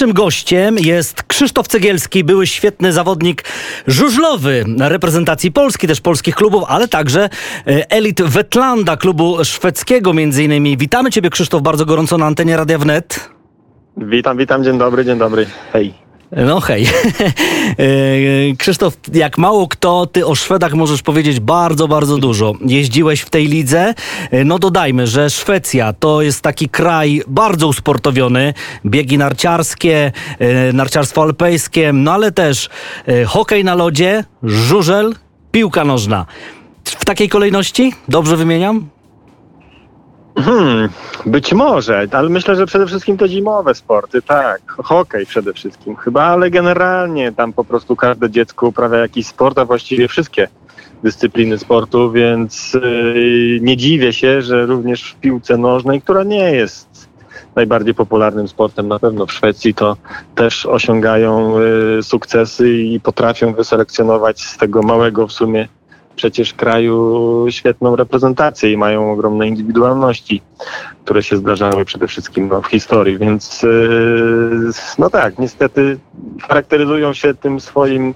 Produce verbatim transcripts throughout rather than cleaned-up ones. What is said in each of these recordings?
Naszym gościem jest Krzysztof Cegielski, były świetny zawodnik żużlowy reprezentacji Polski, też polskich klubów, ale także elit Vetlanda, klubu szwedzkiego między innymi. Witamy Ciebie, Krzysztof, bardzo gorąco na antenie Radia Wnet. Witam, witam, dzień dobry, dzień dobry, hej. No hej. Krzysztof, jak mało kto, ty o Szwedach możesz powiedzieć bardzo, bardzo dużo. Jeździłeś w tej lidze. No dodajmy, że Szwecja to jest taki kraj bardzo usportowiony. Biegi narciarskie, narciarstwo alpejskie, no ale też hokej na lodzie, żużel, piłka nożna. W takiej kolejności? Dobrze wymieniam? Hmm, być może, ale myślę, że przede wszystkim to zimowe sporty, tak, hokej przede wszystkim chyba, ale generalnie tam po prostu każde dziecko uprawia jakiś sport, a właściwie wszystkie dyscypliny sportu, więc yy, nie dziwię się, że również w piłce nożnej, która nie jest najbardziej popularnym sportem na pewno w Szwecji, to też osiągają yy, sukcesy i potrafią wyselekcjonować z tego małego w sumie przecież kraju świetną reprezentację i mają ogromne indywidualności, które się zdarzały przede wszystkim no, w historii, więc yy, no tak, niestety charakteryzują się tym swoim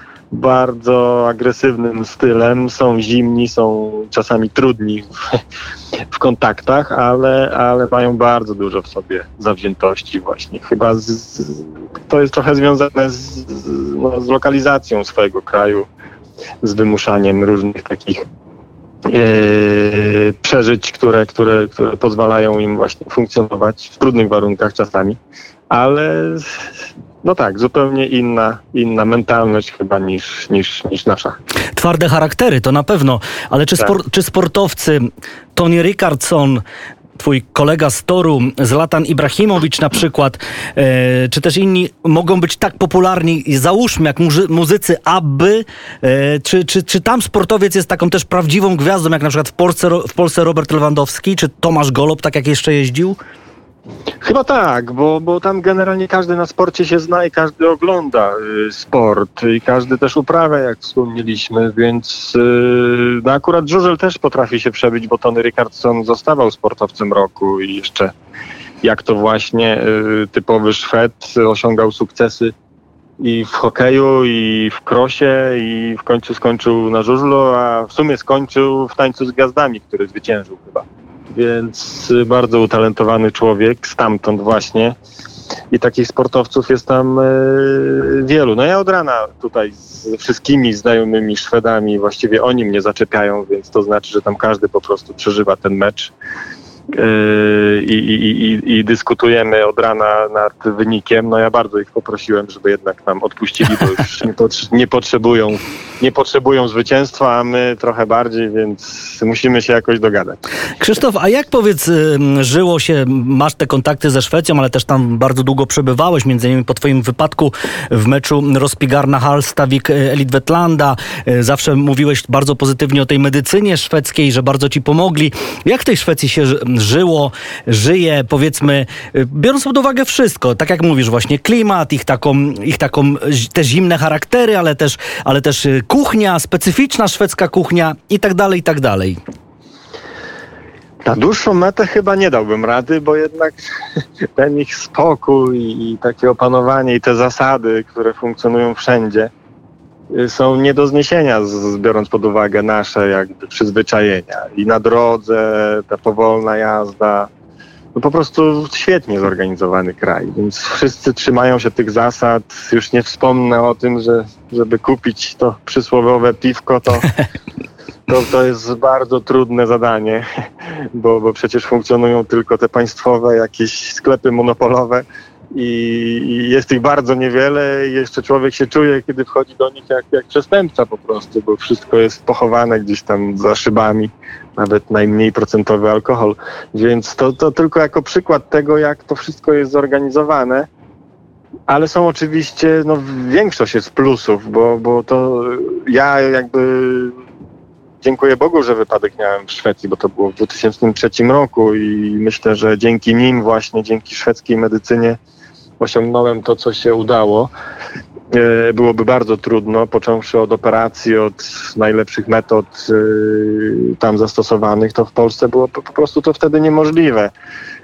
bardzo agresywnym stylem, są zimni, są czasami trudni w, w kontaktach, ale, ale mają bardzo dużo w sobie zawziętości właśnie. Chyba z, z, to jest trochę związane z, z, no, z lokalizacją swojego kraju, z wymuszaniem różnych takich e, przeżyć, które, które, które pozwalają im właśnie funkcjonować w trudnych warunkach czasami, ale no tak, zupełnie inna, inna mentalność chyba niż, niż, niż nasza. Twarde charaktery, to na pewno, ale czy, tak. spor- czy sportowcy Tony Rickardsson, twój kolega z toru, Zlatan Ibrahimowicz na przykład, e, czy też inni mogą być tak popularni, załóżmy, jak muzy- muzycy Abby, e, czy, czy, czy tam sportowiec jest taką też prawdziwą gwiazdą, jak na przykład w Polsce, w Polsce Robert Lewandowski, czy Tomasz Golob, tak jak jeszcze jeździł? Chyba tak, bo, bo tam generalnie każdy na sporcie się zna i każdy ogląda y, sport i każdy też uprawia, jak wspomnieliśmy, więc y, no akurat żużel też potrafi się przebić, bo Tony Rickardsson zostawał sportowcem roku i jeszcze jak to właśnie y, typowy Szwed osiągał sukcesy i w hokeju, i w krosie, i w końcu skończył na żużlu, a w sumie skończył w tańcu z gwiazdami, który zwyciężył chyba. Więc bardzo utalentowany człowiek, stamtąd właśnie. I takich sportowców jest tam e, wielu. No ja od rana tutaj z wszystkimi znajomymi Szwedami, właściwie oni mnie zaczepiają, więc to znaczy, że tam każdy po prostu przeżywa ten mecz. I, i, i, i dyskutujemy od rana nad wynikiem. No ja bardzo ich poprosiłem, żeby jednak nam odpuścili, bo już nie, pot- nie potrzebują nie potrzebują zwycięstwa, a my trochę bardziej, więc musimy się jakoś dogadać. Krzysztof, a jak powiedz, żyło się, masz te kontakty ze Szwecją, ale też tam bardzo długo przebywałeś, między innymi po twoim wypadku w meczu Rospigarna Halstavik Elit Vetlanda. Zawsze mówiłeś bardzo pozytywnie o tej medycynie szwedzkiej, że bardzo ci pomogli. Jak w tej Szwecji się żyło, żyje, powiedzmy, biorąc pod uwagę wszystko, tak jak mówisz właśnie, klimat, ich taką, ich taką te zimne charaktery, ale też, ale też kuchnia, specyficzna szwedzka kuchnia i tak dalej, i tak dalej. Na dłuższą metę chyba nie dałbym rady, bo jednak ten ich spokój i takie opanowanie i te zasady, które funkcjonują wszędzie, są nie do zniesienia, biorąc pod uwagę nasze jakby przyzwyczajenia. I na drodze, ta powolna jazda, no po prostu świetnie zorganizowany kraj, więc wszyscy trzymają się tych zasad. Już nie wspomnę o tym, że żeby kupić to przysłowiowe piwko, to, to, to jest bardzo trudne zadanie, bo, bo przecież funkcjonują tylko te państwowe jakieś sklepy monopolowe i jest ich bardzo niewiele i jeszcze człowiek się czuje, kiedy wchodzi do nich jak, jak przestępca po prostu, bo wszystko jest pochowane gdzieś tam za szybami, nawet najmniej procentowy alkohol. Więc to, to tylko jako przykład tego, jak to wszystko jest zorganizowane, ale są oczywiście, no większość jest plusów, bo, bo to ja jakby dziękuję Bogu, że wypadek miałem w Szwecji, bo to było w dwa tysiące trzecim roku i myślę, że dzięki nim właśnie, dzięki szwedzkiej medycynie osiągnąłem to, co się udało. E, byłoby bardzo trudno, począwszy od operacji, od najlepszych metod e, tam zastosowanych, to w Polsce było po, po prostu to wtedy niemożliwe.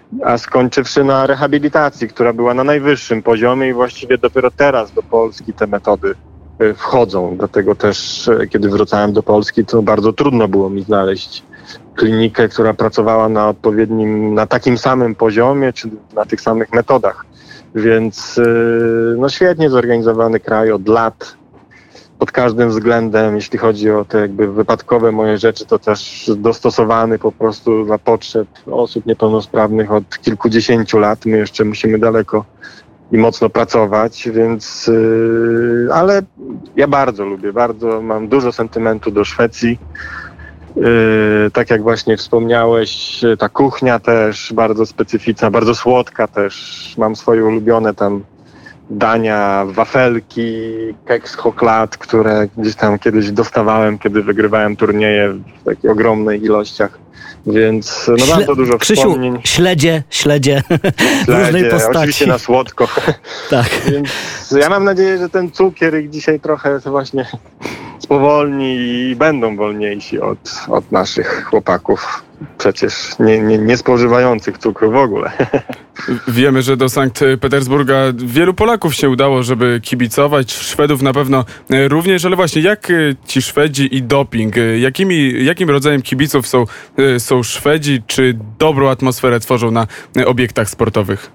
a skończywszy na rehabilitacji, która była na najwyższym poziomie i właściwie dopiero teraz do Polski te metody wchodzą. Dlatego też, kiedy wracałem do Polski, to bardzo trudno było mi znaleźć klinikę, która pracowała na odpowiednim, na takim samym poziomie, czy na tych samych metodach. Więc no świetnie zorganizowany kraj od lat, pod każdym względem, jeśli chodzi o te jakby wypadkowe moje rzeczy, to też dostosowany po prostu dla potrzeb osób niepełnosprawnych od kilkudziesięciu lat. My jeszcze musimy daleko i mocno pracować, więc yy, ale ja bardzo lubię, bardzo mam dużo sentymentu do Szwecji. Yy, tak jak właśnie wspomniałeś, ta kuchnia też bardzo specyficzna, bardzo słodka też. Mam swoje ulubione tam dania, wafelki, keks choklad, które gdzieś tam kiedyś dostawałem, kiedy wygrywałem turnieje w takich ogromnych ilościach. Więc no mam to dużo Krzysiu, wspomnień. śledzie, śledzie, w różnej postaci. Oczywiście na słodko. Tak. Więc ja mam nadzieję, że ten cukier ich dzisiaj trochę właśnie spowolni i będą wolniejsi od, od naszych chłopaków. Przecież nie, nie, nie spożywających cukru w ogóle. Wiemy, że do Sankt Petersburga wielu Polaków się udało, żeby kibicować. Szwedów na pewno również, ale właśnie jak ci Szwedzi i doping? Jakimi, jakim rodzajem kibiców są, są Szwedzi? Czy dobrą atmosferę tworzą na obiektach sportowych?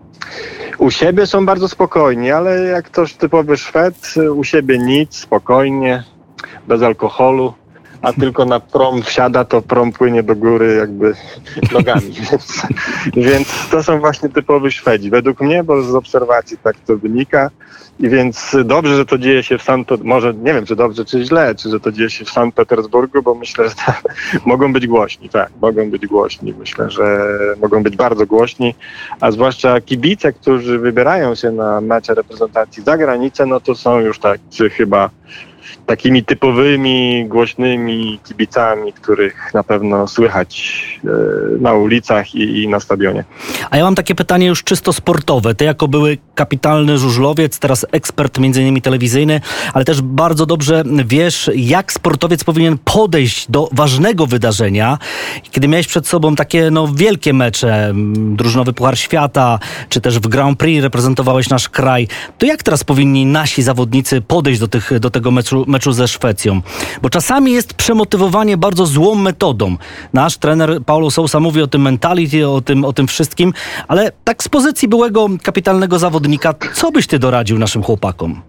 U siebie są bardzo spokojni, ale jak ktoś typowy Szwed, u siebie nic, spokojnie, bez alkoholu. A tylko na prom wsiada, to prom płynie do góry jakby nogami. Więc, więc to są właśnie typowi Szwedzi. Według mnie, bo z obserwacji tak to wynika. I więc dobrze, że to dzieje się w Sankt Petersburgu. Może nie wiem, czy dobrze, czy źle, czy że to dzieje się w Sankt Petersburgu, bo myślę, że tak, mogą być głośni. Tak, mogą być głośni. Myślę, że mogą być bardzo głośni. A zwłaszcza kibice, którzy wybierają się na mecze reprezentacji za granicę, no to są już tacy chyba takimi typowymi, głośnymi kibicami, których na pewno słychać e, na ulicach i, i na stadionie. A ja mam takie pytanie już czysto sportowe. Ty jako były kapitalny żużlowiec, teraz ekspert między innymi telewizyjny, ale też bardzo dobrze wiesz, jak sportowiec powinien podejść do ważnego wydarzenia. Kiedy miałeś przed sobą takie no, wielkie mecze, drużynowy Puchar Świata, czy też w Grand Prix reprezentowałeś nasz kraj, to jak teraz powinni nasi zawodnicy podejść do, tych, do tego meczu, meczu ze Szwecją? Bo czasami jest przemotywowanie bardzo złą metodą. Nasz trener Paulo Sousa mówi o tym mentality, o tym, o tym wszystkim, ale tak z pozycji byłego kapitalnego zawodnika, co byś ty doradził naszym chłopakom?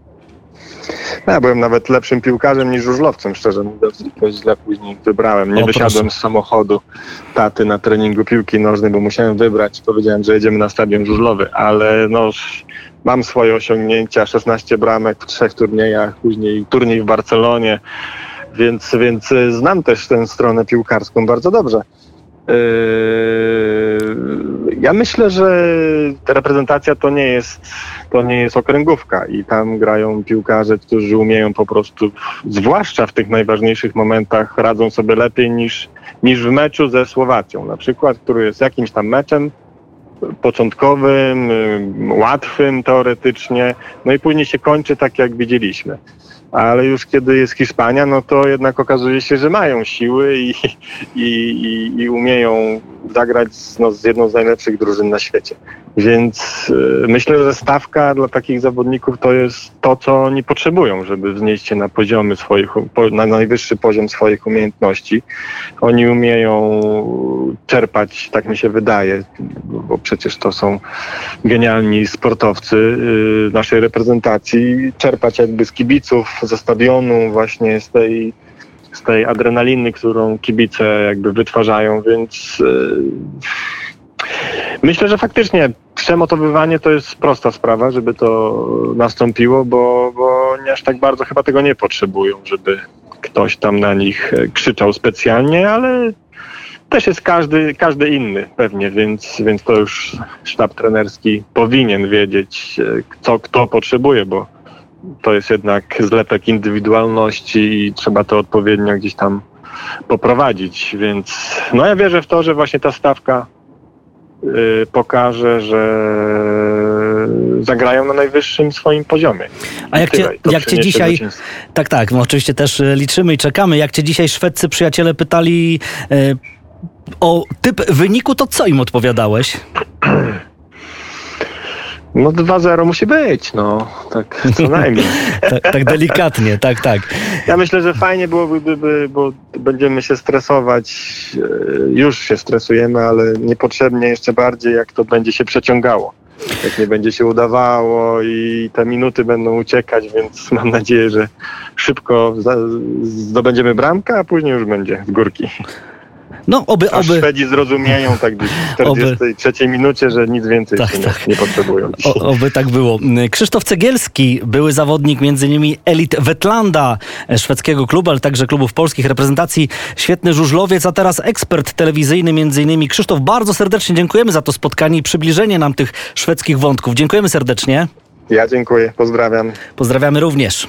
Ja byłem nawet lepszym piłkarzem niż żużlowcem, szczerze mówiąc, tylko źle później wybrałem. Nie o, wysiadłem proszę. z samochodu taty na treningu piłki nożnej, bo musiałem wybrać. Powiedziałem, że jedziemy na stadion żużlowy, ale no mam swoje osiągnięcia, szesnaście bramek w trzech turniejach, później turniej w Barcelonie, więc, więc znam też tę stronę piłkarską bardzo dobrze. Ja myślę, że ta reprezentacja to nie jest, to nie jest okręgówka i tam grają piłkarze, którzy umieją po prostu, zwłaszcza w tych najważniejszych momentach, radzą sobie lepiej niż, niż w meczu ze Słowacją, na przykład, który jest jakimś tam meczem początkowym, łatwym teoretycznie, no i później się kończy tak, jak widzieliśmy. Ale już kiedy jest Hiszpania, no to jednak okazuje się, że mają siły i, i, i, i umieją zagrać z, no, z jedną z najlepszych drużyn na świecie. Więc y, myślę, że stawka dla takich zawodników to jest to, co oni potrzebują, żeby wznieść się na poziomy swoich, po, na najwyższy poziom swoich umiejętności. Oni umieją czerpać, tak mi się wydaje, bo przecież to są genialni sportowcy y, naszej reprezentacji, czerpać jakby z kibiców, ze stadionu, właśnie z tej, z tej adrenaliny, którą kibice jakby wytwarzają, więc yy, myślę, że faktycznie przemotowywanie to jest prosta sprawa, żeby to nastąpiło, bo, bo nie aż tak bardzo chyba tego nie potrzebują, żeby ktoś tam na nich krzyczał specjalnie, ale też jest każdy, każdy inny pewnie, więc, więc to już sztab trenerski powinien wiedzieć, co kto potrzebuje, bo to jest jednak zlepek indywidualności i trzeba to odpowiednio gdzieś tam poprowadzić, więc no ja wierzę w to, że właśnie ta stawka y, pokaże, że zagrają na najwyższym swoim poziomie. A jak cię, jak cię dzisiaj... Tak, tak, my oczywiście też liczymy i czekamy. Jak cię dzisiaj szwedzcy przyjaciele pytali... Y, o typ wyniku to co im odpowiadałeś? No dwa zero musi być, no. Tak co najmniej. tak, tak delikatnie, tak, tak. Ja myślę, że fajnie byłoby, by, by, bo będziemy się stresować. Już się stresujemy, ale niepotrzebnie jeszcze bardziej, jak to będzie się przeciągało. Jak nie będzie się udawało i te minuty będą uciekać, więc mam nadzieję, że szybko zdobędziemy bramkę, a później już będzie z górki. No, oby, Aż oby. Szwedzi zrozumieją tak gdzieś w czterdziestej trzeciej minucie, że nic więcej Tak, się tak. nie, nie potrzebują. O, oby tak było. Krzysztof Cegielski, były zawodnik między innymi Elite Vetlanda, szwedzkiego klubu, ale także klubów polskich reprezentacji. Świetny żużlowiec, a teraz ekspert telewizyjny między innymi. Krzysztof, bardzo serdecznie dziękujemy za to spotkanie i przybliżenie nam tych szwedzkich wątków. Dziękujemy serdecznie. Ja dziękuję, pozdrawiam. Pozdrawiamy również.